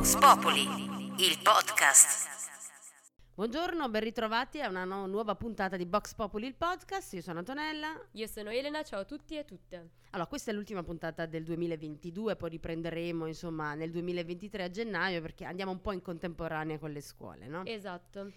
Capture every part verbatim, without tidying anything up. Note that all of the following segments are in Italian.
Vox Populi, il podcast. Buongiorno, ben ritrovati a una no- nuova puntata di Vox Populi, il podcast. Io sono Antonella. Io sono Elena, ciao a tutti e a tutte. Allora, questa è l'ultima puntata del duemilaventidue, poi riprenderemo insomma nel duemilaventitré a gennaio, perché andiamo un po' in contemporanea con le scuole, no? Esatto.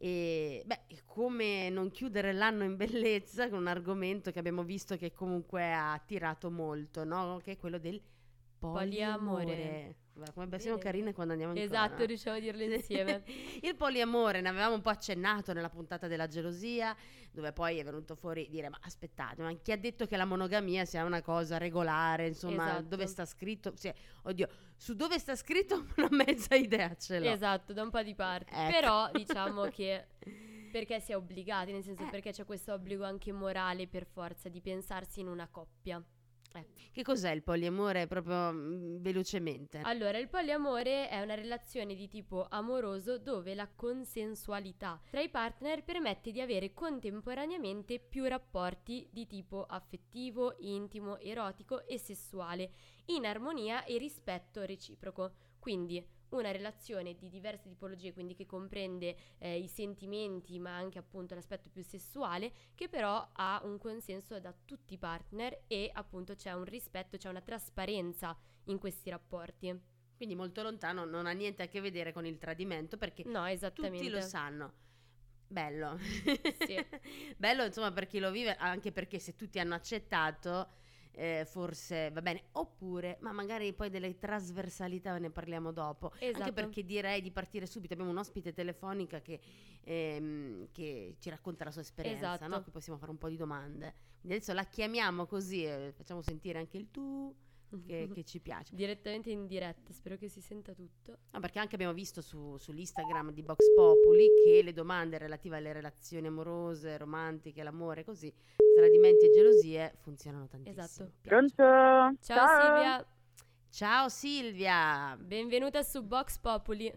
E beh, come non chiudere l'anno in bellezza con un argomento che abbiamo visto che comunque ha attirato molto, no? Che è quello del poliamore. Poliamore. Guarda, come siamo carine quando andiamo in Esatto, coro, eh? riusciamo a dirlo insieme. Il poliamore, ne avevamo un po' accennato nella puntata della gelosia, dove poi è venuto fuori dire: ma aspettate, ma chi ha detto che la monogamia sia una cosa regolare? Insomma, Esatto. dove sta scritto? Sì, oddio, su dove sta scritto una mezza idea ce l'ho. Esatto, da un po' di parti. Ecco. Però diciamo che perché si è obbligati, nel senso Eh. perché c'è questo obbligo anche morale per forza di pensarsi in una coppia. Eh, Che cos'è il poliamore proprio mm, velocemente? Allora, il poliamore è una relazione di tipo amoroso dove la consensualità tra i partner permette di avere contemporaneamente più rapporti di tipo affettivo, intimo, erotico e sessuale, in armonia e rispetto reciproco. Quindi una relazione di diverse tipologie, quindi che comprende eh, i sentimenti ma anche appunto l'aspetto più sessuale, che però ha un consenso da tutti i partner e appunto c'è un rispetto, c'è una trasparenza in questi rapporti. Quindi molto lontano, non ha niente a che vedere con il tradimento, perché No, esattamente. tutti lo sanno. Bello. Sì. Bello insomma per chi lo vive, anche perché se tutti hanno accettato, eh, forse va bene. Oppure, ma magari poi delle trasversalità ne parliamo dopo. Esatto. Anche perché direi di partire subito. Abbiamo un'ospite telefonica che, ehm, che ci racconta la sua esperienza, Esatto. no? Che possiamo fare un po' di domande. Quindi adesso la chiamiamo così e facciamo sentire anche il tu che, che ci piace. Direttamente in diretta, spero che si senta tutto. No, perché anche abbiamo visto su, sull'Instagram di Vox Populi che le domande relative alle relazioni amorose, romantiche, l'amore, così, tradimenti e gelosie funzionano tantissimo. Esatto. Piace. Pronto? Ciao, Silvia, Ciao Silvia. benvenuta su Vox Populi.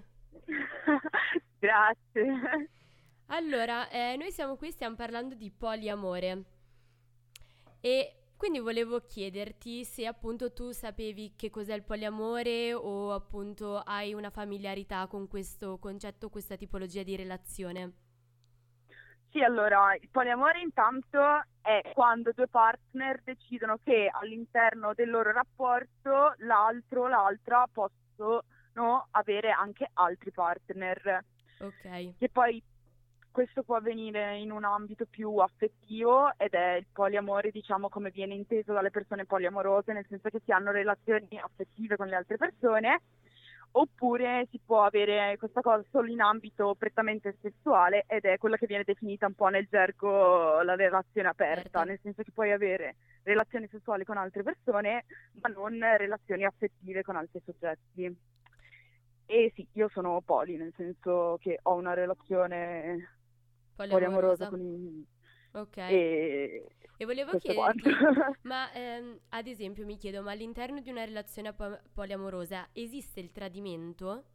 Grazie. Allora, eh, noi siamo qui, stiamo parlando di poliamore e quindi volevo chiederti se appunto tu sapevi che cos'è il poliamore o appunto hai una familiarità con questo concetto, questa tipologia di relazione. Sì, allora, il poliamore intanto è quando due partner decidono che all'interno del loro rapporto l'altro o l'altra possono avere anche altri partner. Ok, Che poi questo può avvenire in un ambito più affettivo ed è il poliamore, diciamo, come viene inteso dalle persone poliamorose, nel senso che si hanno relazioni affettive con le altre persone, oppure si può avere questa cosa solo in ambito prettamente sessuale ed è quella che viene definita un po' nel gergo la relazione aperta, Aperta. nel senso che puoi avere relazioni sessuali con altre persone ma non relazioni affettive con altri soggetti. E sì, io sono poli, nel senso che ho una relazione poliamorosa poliamorosa. con i... Ok. e E volevo questo è chiederti, quanto. ma ehm, ad esempio mi chiedo, ma all'interno di una relazione po- poliamorosa esiste il tradimento?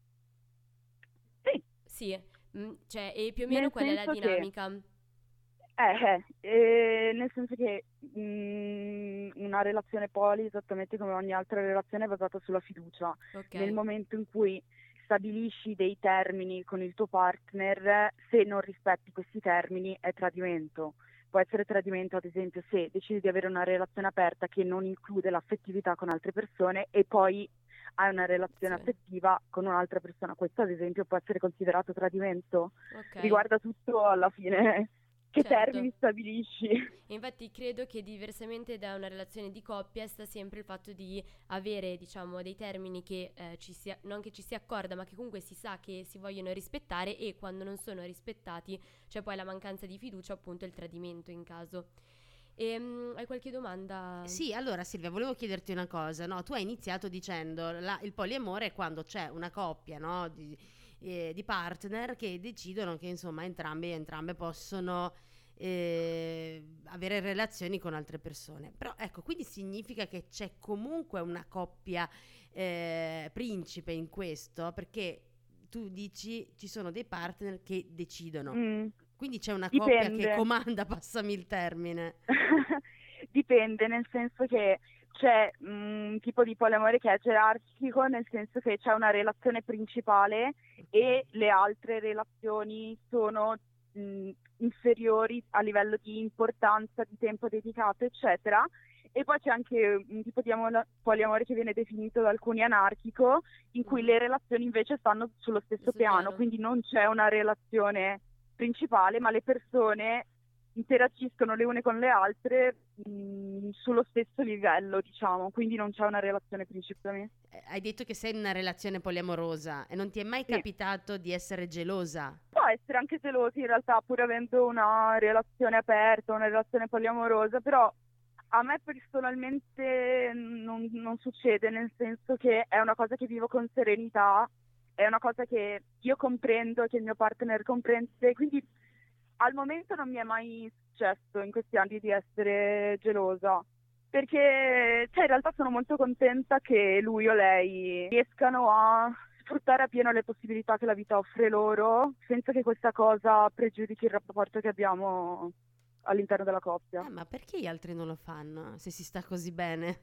Sì, Sì, mm, cioè, e più o Nel meno qual è la senso che- dinamica? eh, eh, eh, nel senso che mh, una relazione poli, esattamente come ogni altra relazione, è basata sulla fiducia. Ok, Nel momento in cui stabilisci dei termini con il tuo partner, se non rispetti questi termini è tradimento. Può essere tradimento, ad esempio, se decidi di avere una relazione aperta che non include l'affettività con altre persone e poi hai una relazione Sì. affettiva con un'altra persona. Questo, ad esempio, può essere considerato tradimento. ok. Riguarda tutto alla fine che Certo. termini stabilisci. E infatti credo che diversamente da una relazione di coppia sta sempre il fatto di avere, diciamo, dei termini che eh, ci si, non che ci si accorda, ma che comunque si sa che si vogliono rispettare, e quando non sono rispettati c'è poi la mancanza di fiducia, appunto il tradimento in caso. Ehm, hai qualche domanda? Sì, allora Silvia, volevo chiederti una cosa, no? Tu hai iniziato dicendo la- il poliamore è quando c'è una coppia, no? Di, eh, di partner che decidono che insomma entrambi e entrambe possono eh, avere relazioni con altre persone. Però ecco, quindi significa che c'è comunque una coppia eh, principe in questo, perché tu dici ci sono dei partner che decidono. Mm. Quindi c'è una coppia che Dipende. comanda, passami il termine. Dipende, nel senso che c'è un tipo di poliamore che è gerarchico, nel senso che c'è una relazione principale e le altre relazioni sono mh, inferiori a livello di importanza, di tempo dedicato, eccetera. E poi c'è anche un tipo di amo- poliamore che viene definito da alcuni anarchico, in cui le relazioni invece stanno sullo stesso Sul piano, piano. quindi non c'è una relazione principale, ma le persone interagiscono le une con le altre mh, sullo stesso livello, diciamo, quindi non c'è una relazione principale. Eh, Hai detto che sei in una relazione poliamorosa e non ti è mai Sì. capitato di essere gelosa? Può essere anche gelosi in realtà, pur avendo una relazione aperta, una relazione poliamorosa, però a me personalmente non, non succede, nel senso che è una cosa che vivo con serenità, è una cosa che io comprendo, che il mio partner comprende, quindi al momento non mi è mai successo in questi anni di essere gelosa, perché cioè, in realtà sono molto contenta che lui o lei riescano a sfruttare appieno le possibilità che la vita offre loro, senza che questa cosa pregiudichi il rapporto che abbiamo all'interno della coppia. Eh, ma perché gli altri non lo fanno se si sta così bene?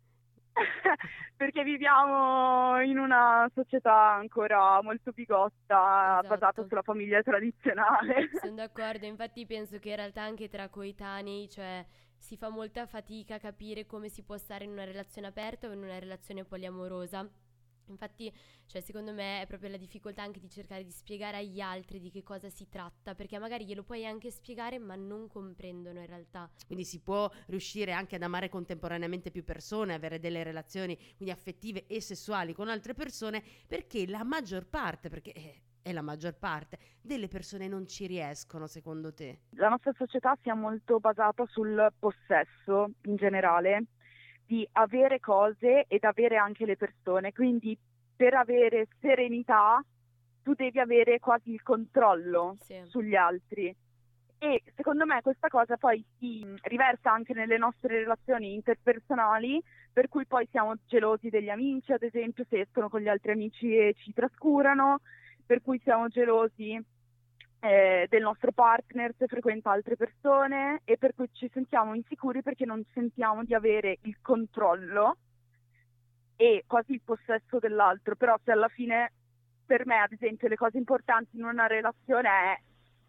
Perché viviamo in una società ancora molto bigotta, Esatto. basata sulla famiglia tradizionale. Sono d'accordo, infatti penso che in realtà anche tra coetanei, cioè, si fa molta fatica a capire come si può stare in una relazione aperta o in una relazione poliamorosa. Infatti, cioè, secondo me è proprio la difficoltà anche di cercare di spiegare agli altri di che cosa si tratta, perché magari glielo puoi anche spiegare, ma non comprendono in realtà. Quindi si può riuscire anche ad amare contemporaneamente più persone, avere delle relazioni quindi affettive e sessuali con altre persone, perché la maggior parte, perché è, è la maggior parte delle persone non ci riescono, secondo te? La nostra società sia molto basata sul possesso in generale, di avere cose ed avere anche le persone, quindi per avere serenità tu devi avere quasi il controllo Sì. sugli altri. E secondo me questa cosa poi si riversa anche nelle nostre relazioni interpersonali, per cui poi siamo gelosi degli amici, ad esempio, se escono con gli altri amici e ci trascurano, per cui siamo gelosi eh, del nostro partner se frequenta altre persone, e per cui ci sentiamo insicuri perché non sentiamo di avere il controllo e quasi il possesso dell'altro. Però se alla fine, per me ad esempio, le cose importanti in una relazione è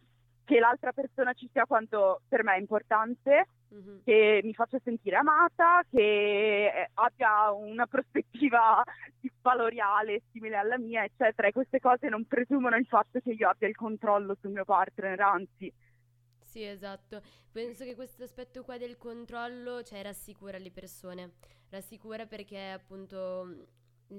che l'altra persona ci sia quanto per me è importante, Mhm. che mi faccia sentire amata, che abbia una prospettiva valoriale simile alla mia, eccetera. E queste cose non presumono il fatto che io abbia il controllo sul mio partner, anzi. Sì, esatto. Penso che questo aspetto qua del controllo, cioè, rassicura le persone. Rassicura perché appunto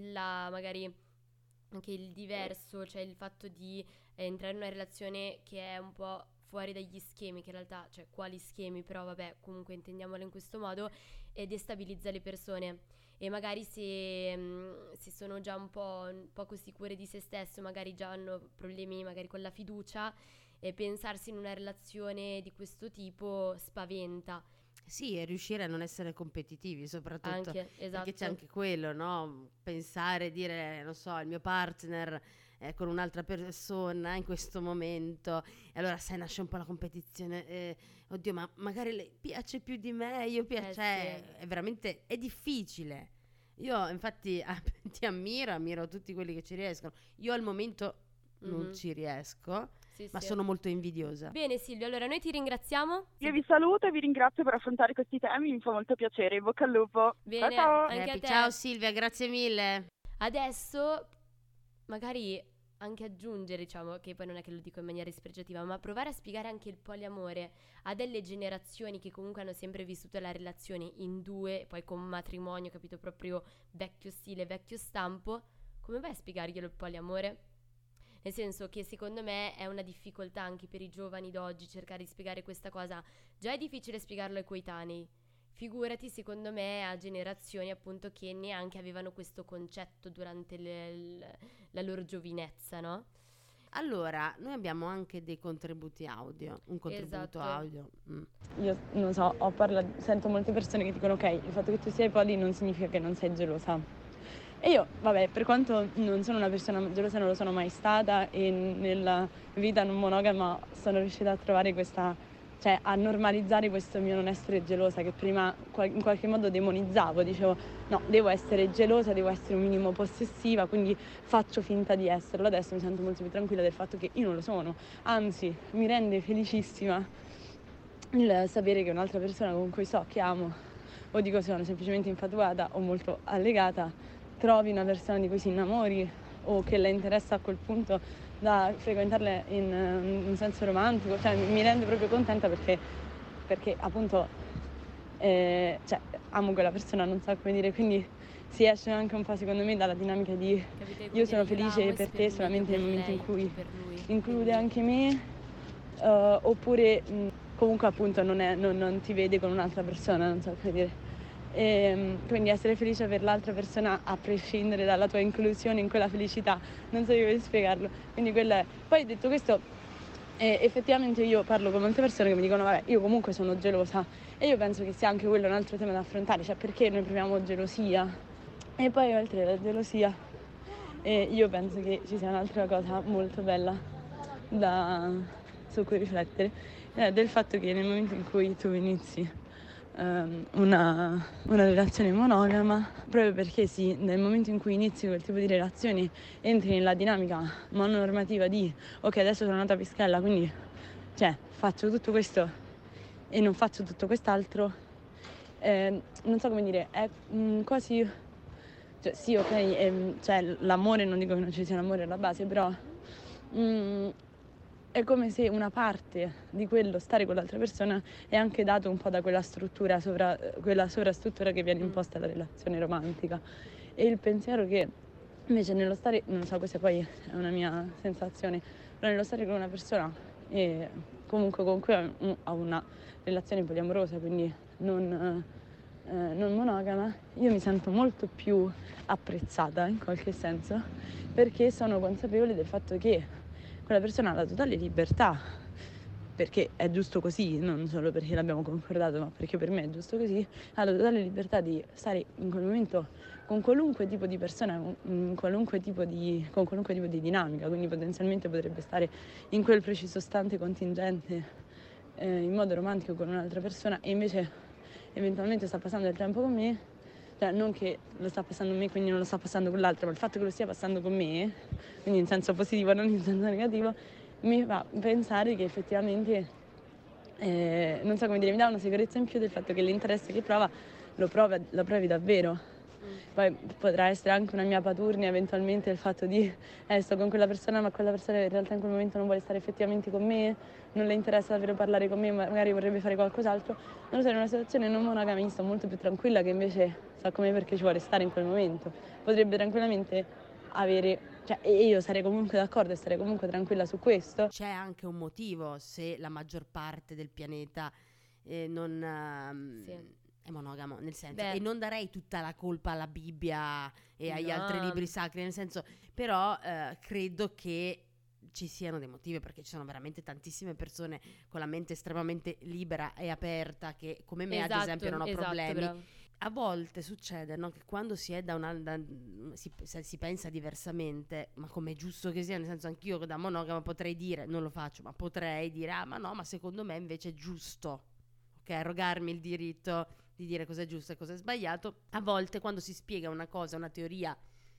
la magari anche il diverso, cioè il fatto di eh, entrare in una relazione che è un po' fuori dagli schemi, che in realtà, cioè quali schemi, però vabbè, comunque intendiamolo in questo modo, e destabilizza le persone. E magari se, mh, se sono già un po' poco sicure di se stesso, magari già hanno problemi magari con la fiducia, e pensarsi in una relazione di questo tipo spaventa. Sì, e riuscire a non essere competitivi, soprattutto. Anche, esatto. Perché c'è anche quello, no? Pensare, dire, non so, il mio partner è con un'altra persona in questo momento, e allora sai, nasce un po' la competizione, eh, oddio, ma magari lei piace più di me, io piace, Eh, cioè, sì. è veramente, è difficile. Io infatti ah, ti ammiro, ammiro tutti quelli che ci riescono. Io al momento non Mhm. ci riesco, Sì, ma sì. sono molto invidiosa. Bene Silvia, allora noi ti ringraziamo. Io vi saluto e vi ringrazio per affrontare questi temi, mi fa molto piacere. In bocca al lupo. Bene, Ciao, ciao. anche a Happy. te. Ciao Silvia, grazie mille. Adesso magari anche aggiungere, diciamo, che poi non è che lo dico in maniera dispregiativa, ma provare a spiegare anche il poliamore a delle generazioni che comunque hanno sempre vissuto la relazione in due, poi con matrimonio, capito, proprio vecchio stile, vecchio stampo. Come vai a spiegarglielo il poliamore? Nel senso che secondo me è una difficoltà anche per i giovani d'oggi cercare di spiegare questa cosa. Già è difficile spiegarlo ai coetanei. Figurati, secondo me, a generazioni appunto che neanche avevano questo concetto durante le- l- la loro giovinezza, no? Allora, noi abbiamo anche dei contributi audio, un contributo Esatto. audio. mm. Io non so, ho parla- sento molte persone che dicono ok, il fatto che tu sia ai podi non significa che non sei gelosa. E io, vabbè, per quanto non sono una persona gelosa, non lo sono mai stata, e nella vita non monogama sono riuscita a trovare questa cioè a normalizzare questo mio non essere gelosa, che prima in qualche modo demonizzavo, dicevo no, devo essere gelosa, devo essere un minimo possessiva, quindi faccio finta di esserlo. Adesso mi sento molto più tranquilla del fatto che io non lo sono, anzi mi rende felicissima il sapere che un'altra persona con cui so che amo, o dico sono semplicemente infatuata o molto allegata, trovi una persona di cui si innamori o che le interessa a quel punto da frequentarle in uh, un senso romantico, cioè mi rende proprio contenta perché, perché appunto eh, cioè, amo quella persona, non so come dire, quindi si esce anche un po' secondo me dalla dinamica di Capite? io sono Quindi felice l'amo per te esperimento solamente per nel momento lei, in cui per lui. include Quindi- anche me, uh, oppure mh, comunque appunto non, è, non, non ti vede con un'altra persona, non so come dire. E, quindi essere felice per l'altra persona a prescindere dalla tua inclusione in quella felicità, non so come spiegarlo, quindi quello è. Poi detto questo, eh, effettivamente io parlo con molte persone che mi dicono vabbè, io comunque sono gelosa, e io penso che sia anche quello un altro tema da affrontare, cioè perché noi proviamo gelosia. E poi oltre alla gelosia eh, io penso che ci sia un'altra cosa molto bella da, su cui riflettere, è del fatto che nel momento in cui tu inizi Una, una relazione monogama, proprio perché sì, nel momento in cui inizi quel tipo di relazioni entri nella dinamica mononormativa di ok, adesso sono nata pischella, quindi cioè faccio tutto questo e non faccio tutto quest'altro, eh, non so come dire, è mh, quasi, cioè sì, ok, è, cioè l'amore, non dico che non ci sia l'amore alla base, però mh, è come se una parte di quello stare con l'altra persona è anche dato un po' da quella struttura, sovra, quella sovrastruttura che viene imposta alla relazione romantica. E il pensiero che invece nello stare, non so, questa poi è una mia sensazione, però nello stare con una persona e comunque con cui ho una relazione poliamorosa, quindi non, eh, non monogama, io mi sento molto più apprezzata in qualche senso, perché sono consapevole del fatto che quella persona ha la totale libertà, perché è giusto così, non solo perché l'abbiamo concordato, ma perché per me è giusto così, ha la totale libertà di stare in quel momento con qualunque tipo di persona, con qualunque tipo di, con qualunque tipo di dinamica, quindi potenzialmente potrebbe stare in quel preciso istante contingente eh, in modo romantico con un'altra persona, e invece eventualmente sta passando del tempo con me, cioè non che lo sta passando con me quindi non lo sta passando con l'altro, ma il fatto che lo stia passando con me, quindi in senso positivo non in senso negativo, mi fa pensare che effettivamente eh, non so come dire, mi dà una sicurezza in più del fatto che l'interesse che prova lo, prova, lo provi davvero. Poi potrà essere anche una mia paturnia eventualmente il fatto di eh, sto con quella persona, ma quella persona in realtà in quel momento non vuole stare effettivamente con me, non le interessa davvero parlare con me, magari vorrebbe fare qualcos'altro. Non lo so, in una situazione non monogama sto molto più tranquilla, che invece sa come perché ci vuole stare in quel momento. Potrebbe tranquillamente avere, cioè, e io sarei comunque d'accordo e sarei comunque tranquilla su questo. C'è anche un motivo se la maggior parte del pianeta eh, non um, Sì. è monogamo, nel senso, Beh. e non darei tutta la colpa alla Bibbia e agli No. altri libri sacri, nel senso, però eh, credo che ci siano dei motivi, perché ci sono veramente tantissime persone con la mente estremamente libera e aperta che come me Esatto, ad esempio non ho esatto, problemi. bravo. A volte succede, no, che quando si è da una da- si, si pensa diversamente, ma come è giusto che sia, nel senso anch'io da monogama potrei dire, non lo faccio, ma potrei dire ah ma no, ma secondo me invece è giusto, ok, arrogarmi il diritto di dire cosa è giusto e cosa è sbagliato. A volte quando si spiega una cosa, una teoria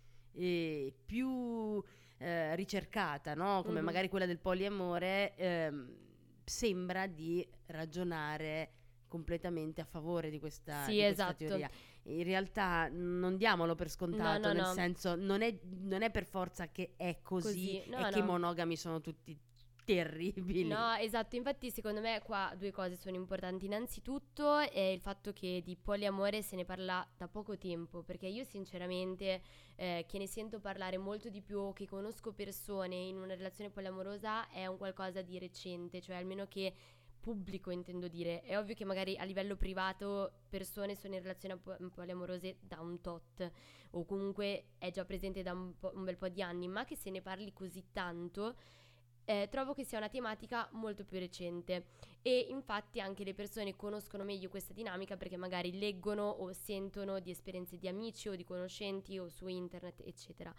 eh, più eh, ricercata, no, come Mhm. magari quella del poliamore, ehm, sembra di ragionare completamente a favore di questa, Sì, di questa esatto. teoria. In realtà non diamolo per scontato, No, no, nel no. senso non è, non è per forza che è così, Così, no, e che i no. monogami sono tutti terribili. No, esatto, infatti secondo me qua due cose sono importanti. Innanzitutto è il fatto che di poliamore se ne parla da poco tempo, perché io sinceramente eh, che ne sento parlare molto di più, che conosco persone in una relazione poliamorosa, è un qualcosa di recente, cioè almeno che pubblico intendo dire. È ovvio che magari a livello privato persone sono in relazioni po- poliamorose da un tot, o comunque è già presente da un, po', un bel po' di anni, ma che se ne parli così tanto Eh, trovo che sia una tematica molto più recente, e infatti anche le persone conoscono meglio questa dinamica perché magari leggono o sentono di esperienze di amici o di conoscenti o su internet eccetera.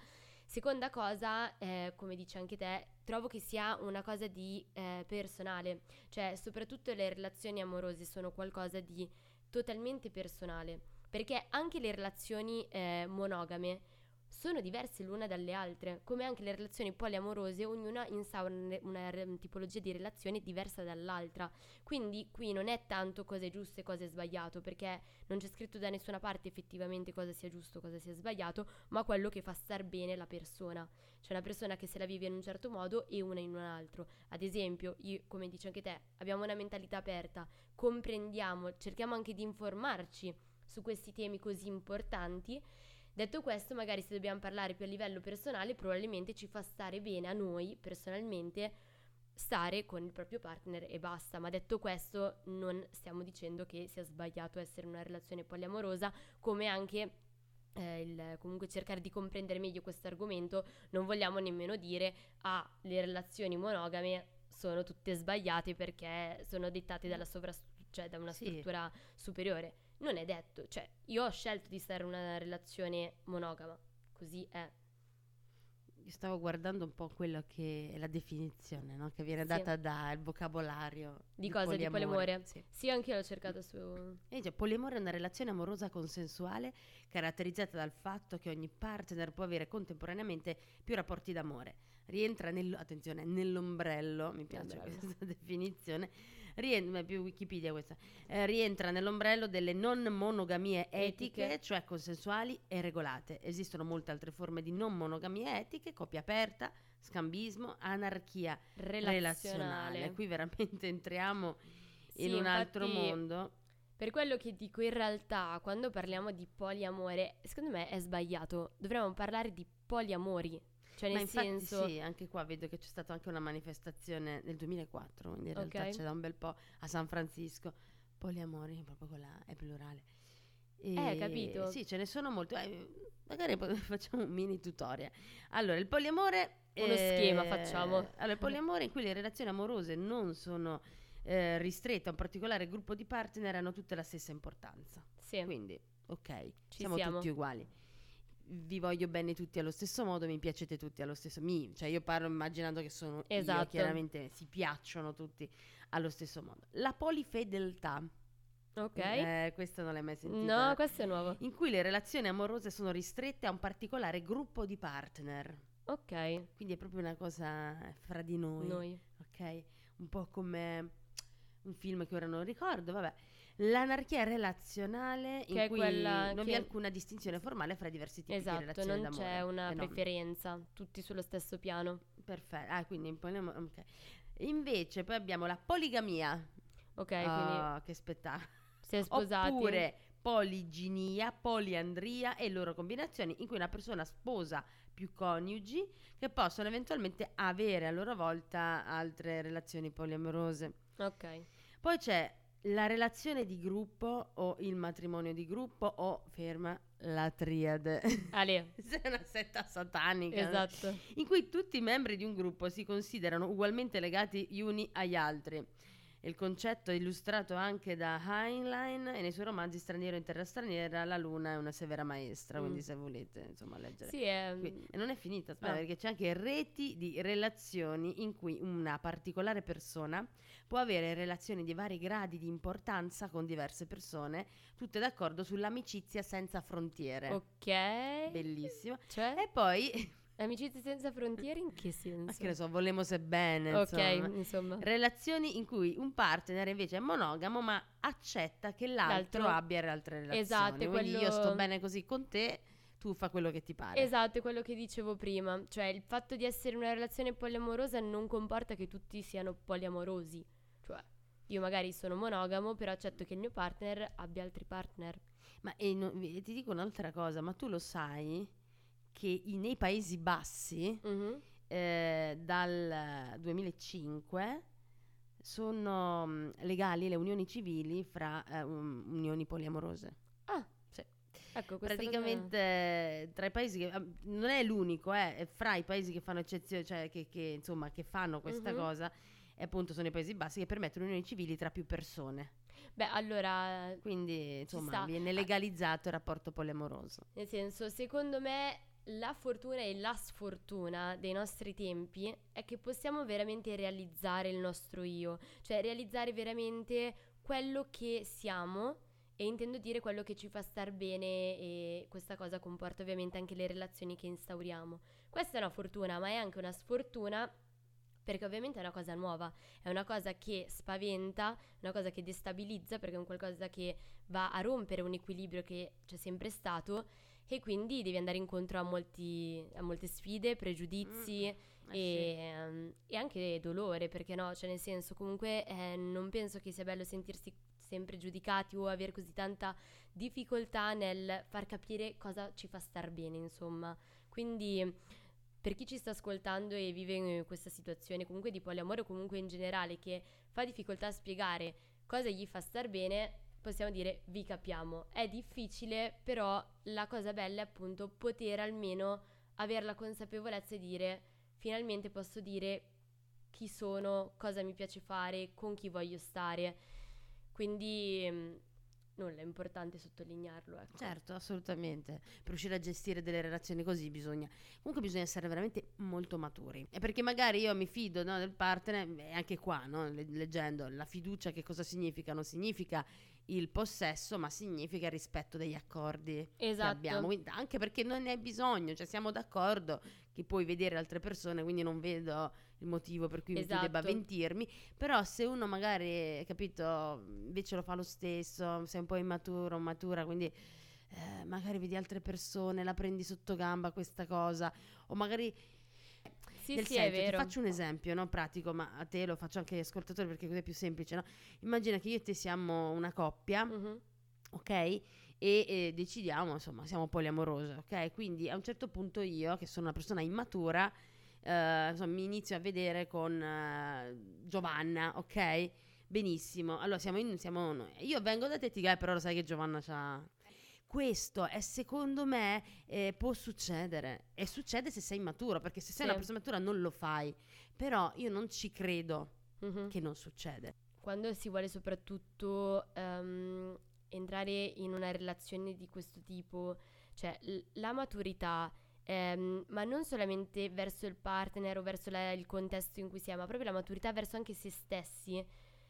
Seconda cosa, eh, come dici anche te, trovo che sia una cosa di eh, personale, cioè soprattutto le relazioni amorose sono qualcosa di totalmente personale, perché anche le relazioni eh, monogame sono diverse l'una dalle altre, come anche le relazioni poliamorose, ognuna instaura una, una re- tipologia di relazione diversa dall'altra. Quindi qui non è tanto cosa è giusto e cosa è sbagliato, perché non c'è scritto da nessuna parte effettivamente cosa sia giusto, cosa sia sbagliato, ma quello che fa star bene la persona. C'è una persona che se la vive in un certo modo e una in un altro. Ad esempio, io, come dici anche te, abbiamo una mentalità aperta, comprendiamo, cerchiamo anche di informarci su questi temi così importanti. Detto questo, magari se dobbiamo parlare più a livello personale, probabilmente ci fa stare bene a noi personalmente stare con il proprio partner e basta. Ma detto questo, non stiamo dicendo che sia sbagliato essere in una relazione poliamorosa, come anche eh, il, comunque cercare di comprendere meglio questo argomento. Non vogliamo nemmeno dire ah, le relazioni monogame sono tutte sbagliate perché sono dettate dalla sovras- cioè da una Sì. struttura superiore. Non è detto, cioè io ho scelto di stare in una relazione monogama, così è. Io stavo guardando un po' quello che è la definizione, no? Che viene Sì. data dal vocabolario Di cosa? Di poliamore? Sì. Sì, anche io l'ho cercato su... E dice, poliamore è una relazione amorosa consensuale caratterizzata dal fatto che ogni partner può avere contemporaneamente più rapporti d'amore. Rientra nel, attenzione, nell'ombrello, mi piace Ombrello. questa definizione, rientra, più Wikipedia questa, eh, rientra nell'ombrello delle non monogamie etiche, Etiche. cioè consensuali e regolate. Esistono molte altre forme di non monogamie etiche, coppia aperta, scambismo, anarchia relazionale. relazionale. Qui veramente entriamo Sì, in un altro infatti, mondo. Per quello che dico, in realtà, quando parliamo di poliamore, secondo me è sbagliato. Dovremmo parlare di poliamori. Cioè, Ma nel infatti senso... sì, anche qua vedo che c'è stata anche una manifestazione nel duemilaquattro, quindi in realtà Ok. c'è da un bel po' a San Francisco. Poliamori, proprio quella è plurale. Eh, capito. Sì, ce ne sono molti. Eh, magari poi facciamo un mini tutorial. Allora, il poliamore... Uno schema facciamo. Allora, il poliamore in cui le relazioni amorose non sono eh, ristrette a un particolare gruppo di partner hanno tutte la stessa importanza. Sì, Quindi, ok, Ci siamo siamo. tutti uguali. Vi voglio bene tutti allo stesso modo, mi piacete tutti allo stesso mi, cioè io parlo immaginando che sono io, Esatto. chiaramente si piacciono tutti allo stesso modo. La polifedeltà, ok. eh, questa non l'hai mai sentita? No, questo è nuovo. In cui le relazioni amorose sono ristrette a un particolare gruppo di partner. Ok, Quindi è proprio una cosa fra di noi, noi. ok? Un po' come un film che ora non ricordo, vabbè. L'anarchia relazionale in Che è cui quella non che- vi è alcuna distinzione formale fra i diversi tipi di Esatto, relazioni non d'amore. c'è una Eh no, preferenza, tutti sullo stesso piano. perfetto. Ah, quindi imponiamo- ok. Invece poi abbiamo la poligamia. Ok, quindi Ah, che spettacolo. si è sposati. Oppure poliginia, poliandria e loro combinazioni in cui una persona sposa più coniugi che possono eventualmente avere a loro volta altre relazioni poliamorose. Ok, Poi c'è la relazione di gruppo o il matrimonio di gruppo o, ferma, la triade. Ale, È una setta satanica, no? esatto. In cui tutti i membri di un gruppo si considerano ugualmente legati gli uni agli altri. Il concetto è illustrato anche da Heinlein e nei suoi romanzi Straniero in terra straniera, La luna è una severa maestra, Mm. quindi se volete insomma leggere. Sì, è... Qui- E non è finita, aspetta, Ah. perché c'è anche reti di relazioni in cui una particolare persona può avere relazioni di vari gradi di importanza con diverse persone, tutte d'accordo sull'amicizia senza frontiere. Ok. Bellissimo. Cioè, E poi, amicizie senza frontiere in che ma senso? che ne so, volemos bene, Ok, insomma. insomma. Relazioni in cui un partner invece è monogamo ma accetta che l'altro, L'altro- abbia altre relazioni. Esatto, è Quindi io quello- sto bene così con te, tu fa quello che ti pare. Esatto, è quello che dicevo prima. Cioè, il fatto di essere in una relazione poliamorosa non comporta che tutti siano poliamorosi. Cioè, io magari sono monogamo, però accetto che il mio partner abbia altri partner. Ma e no- e ti dico un'altra cosa, ma tu lo sai che i- nei Paesi Bassi Mhm. eh, dal duemilacinque sono mh, legali le unioni civili fra eh, um, unioni poliamorose. Ah, Sì. ecco, questa Praticamente eh, tra i paesi che ah, non è l'unico, eh, è fra i paesi che fanno eccezione, cioè che, che, insomma che fanno questa Mhm. cosa, e appunto sono i Paesi Bassi che permettono unioni civili tra più persone. cosa... Beh, allora, Quindi insomma sta. viene legalizzato il rapporto poliamoroso. nel senso, secondo me la fortuna e la sfortuna dei nostri tempi è che possiamo veramente realizzare il nostro io, cioè realizzare veramente quello che siamo, e intendo dire quello che ci fa star bene, e questa cosa comporta ovviamente anche le relazioni che instauriamo. Questa è una fortuna, ma è anche una sfortuna, perché ovviamente è una cosa nuova, è una cosa che spaventa, una cosa che destabilizza, perché è un qualcosa che va a rompere un equilibrio che c'è sempre stato, e quindi devi andare incontro a, molti, a molte sfide, pregiudizi mm, eh e, um, e anche dolore, perché no? Cioè nel senso, comunque eh, non penso che sia bello sentirsi sempre giudicati o avere così tanta difficoltà nel far capire cosa ci fa star bene, insomma. Quindi per chi ci sta ascoltando e vive in questa situazione comunque di poliamore, o comunque in generale, che fa difficoltà a spiegare cosa gli fa star bene, possiamo dire vi capiamo. È difficile, però la cosa bella è appunto poter almeno avere la consapevolezza e dire finalmente posso dire chi sono, cosa mi piace fare, con chi voglio stare. Quindi mh, nulla, è importante sottolinearlo, ecco. Certo, assolutamente. Per riuscire a gestire delle relazioni così bisogna, comunque bisogna essere veramente molto maturi. E perché magari io mi fido, no, del partner, e anche qua, no, le- leggendo la fiducia, che cosa significa? Non significa il possesso, ma significa il rispetto degli accordi che Esatto. abbiamo. Quindi, anche perché non ne hai bisogno, cioè siamo d'accordo che puoi vedere altre persone, quindi non vedo il motivo per cui tu Esatto. debba avventirmi. Però se uno magari, capito, invece lo fa lo stesso, sei un po' immaturo, matura, quindi eh, magari vedi altre persone, la prendi sotto gamba questa cosa, o magari Sì, nel sì, è senso, ti vero. faccio un esempio, no, pratico, ma a te lo faccio anche agli ascoltatori perché così è più semplice, no? Immagina che io e te siamo una coppia, Mhm. ok? E, e decidiamo, insomma, siamo poliamorose, ok? Quindi a un certo punto io, che sono una persona immatura, eh, insomma, mi inizio a vedere con eh, Giovanna, ok? Benissimo. Allora siamo in, siamo noi. Io vengo da te e ti dico, eh, però lo sai che Giovanna c'ha... Questo è, secondo me, eh, può succedere. E succede se sei immaturo, perché se sei Sì. una persona matura non lo fai. Però io non ci credo Mhm. che non succede. Quando si vuole soprattutto ehm, entrare in una relazione di questo tipo, cioè l- la maturità, ehm, ma non solamente verso il partner o verso la- il contesto in cui siamo, ma proprio la maturità verso anche se stessi,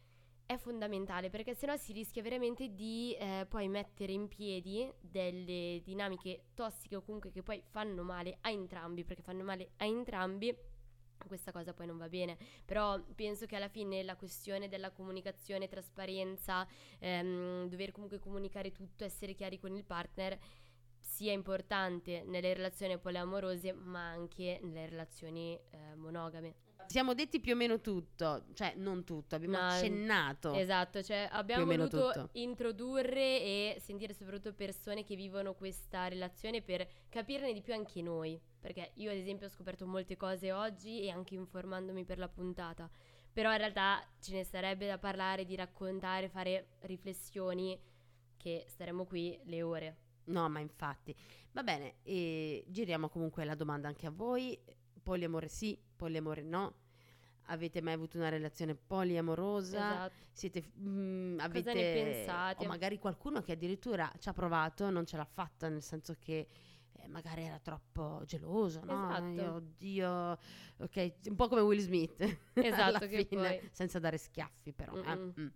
è fondamentale, perché sennò si rischia veramente di eh, poi mettere in piedi delle dinamiche tossiche, o comunque che poi fanno male a entrambi, perché fanno male a entrambi. Questa cosa poi non va bene, però penso che alla fine la questione della comunicazione, trasparenza, ehm, dover comunque comunicare tutto, essere chiari con il partner, sia importante nelle relazioni poliamorose, ma anche nelle relazioni eh, monogame. Siamo detti più o meno tutto, cioè non tutto, abbiamo No, accennato. Esatto, cioè abbiamo Più o meno voluto tutto. introdurre e sentire soprattutto persone che vivono questa relazione per capirne di più anche noi, perché io ad esempio ho scoperto molte cose oggi e anche informandomi per la puntata, però in realtà ce ne sarebbe da parlare, di raccontare, fare riflessioni, che staremo qui le ore. No, ma infatti. Va bene, e giriamo comunque la domanda anche a voi. Poliamore sì, poliamore no. Avete mai avuto una relazione poliamorosa? Esatto. Siete, mm, avete, ne pensate? o magari qualcuno che addirittura ci ha provato, non ce l'ha fatta, nel senso che eh, magari era troppo geloso, no? Esatto. Io, oddio, ok, un po' come Will Smith, Esatto, alla che fine, poi- senza dare schiaffi però. eh. Mm-mm. Mm.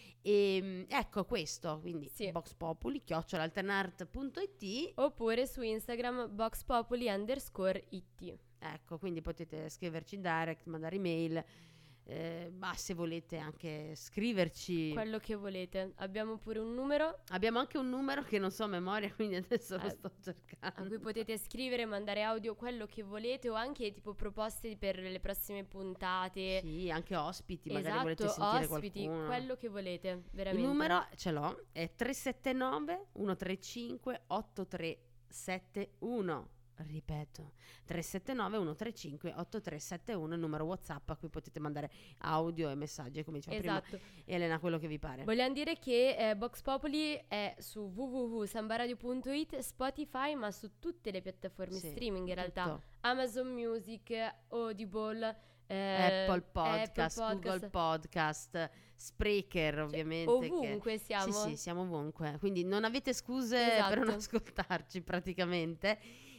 E, ecco questo, quindi Sì. Vox Populi, chiocciola alternart punto it. Oppure su Instagram boxpopuli underscore it. Ecco, quindi potete scriverci in direct, mandare email, eh, ma se volete anche scriverci. Quello che volete. Abbiamo pure un numero Abbiamo anche un numero che non so a memoria, quindi adesso lo Eh, sto a cercando. cui potete scrivere, mandare audio, quello che volete, o anche tipo proposte per le prossime puntate. Sì, anche ospiti, magari Esatto, volete sentire ospiti, qualcuno. quello che volete, Il veramente. numero ce l'ho, è tre sette nove uno tre cinque otto tre sette uno. Ripeto, tre sette nove uno tre cinque otto tre sette uno, il numero WhatsApp a cui potete mandare audio e messaggi, come diceva Esatto. prima Elena, quello che vi pare. Vogliamo dire che eh, Vox Populi è su w w w punto sambaradio punto it, Spotify, ma su tutte le piattaforme Sì, streaming in realtà. tutto. Amazon Music, Audible, eh, Apple Podcast, Apple Google Podcast, Spreaker, ovviamente. che- ovunque siamo. Sì, sì, siamo ovunque. Quindi non avete scuse per non Esatto. ascoltarci praticamente.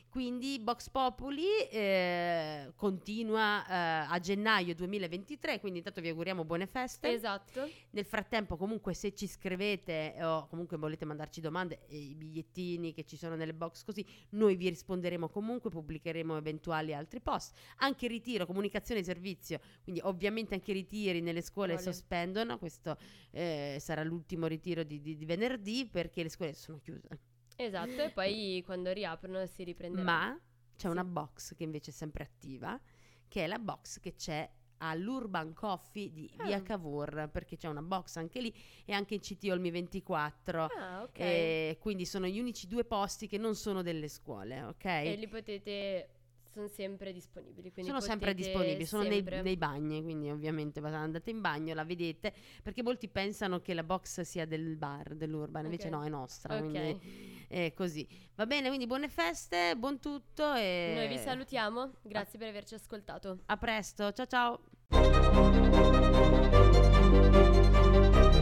Quindi Vox Populi eh, continua eh, a gennaio duemilaventitré, quindi intanto vi auguriamo buone feste. Esatto. Nel frattempo comunque se ci scrivete o comunque volete mandarci domande, e i bigliettini che ci sono nelle box così, noi vi risponderemo comunque, pubblicheremo eventuali altri post. Anche il ritiro, comunicazione e servizio, quindi ovviamente anche i ritiri nelle scuole Vale. sospendono, questo eh, sarà l'ultimo ritiro di, di, di venerdì perché le scuole sono chiuse. Esatto, e poi quando riaprono si riprenderà. Ma c'è Sì. una box che invece è sempre attiva, che è la box che c'è all'Urban Coffee di Ah. via Cavour, perché c'è una box anche lì e anche in C T Olmi ventiquattro. Ah, ok. E quindi sono gli unici due posti che non sono delle scuole, ok? E li potete, sono sempre disponibili. Quindi Sono sempre potete disponibili, sono nei, sempre- nei bagni, quindi ovviamente va- andate in bagno, la vedete, perché molti pensano che la box sia del bar, dell'Urban, invece Ok. no, è nostra, Ok. quindi è così. Va bene, quindi buone feste, buon tutto e Noi vi salutiamo, grazie per averci ascoltato. a presto, ciao ciao!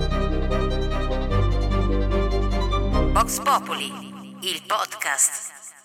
Vox Populi, il podcast.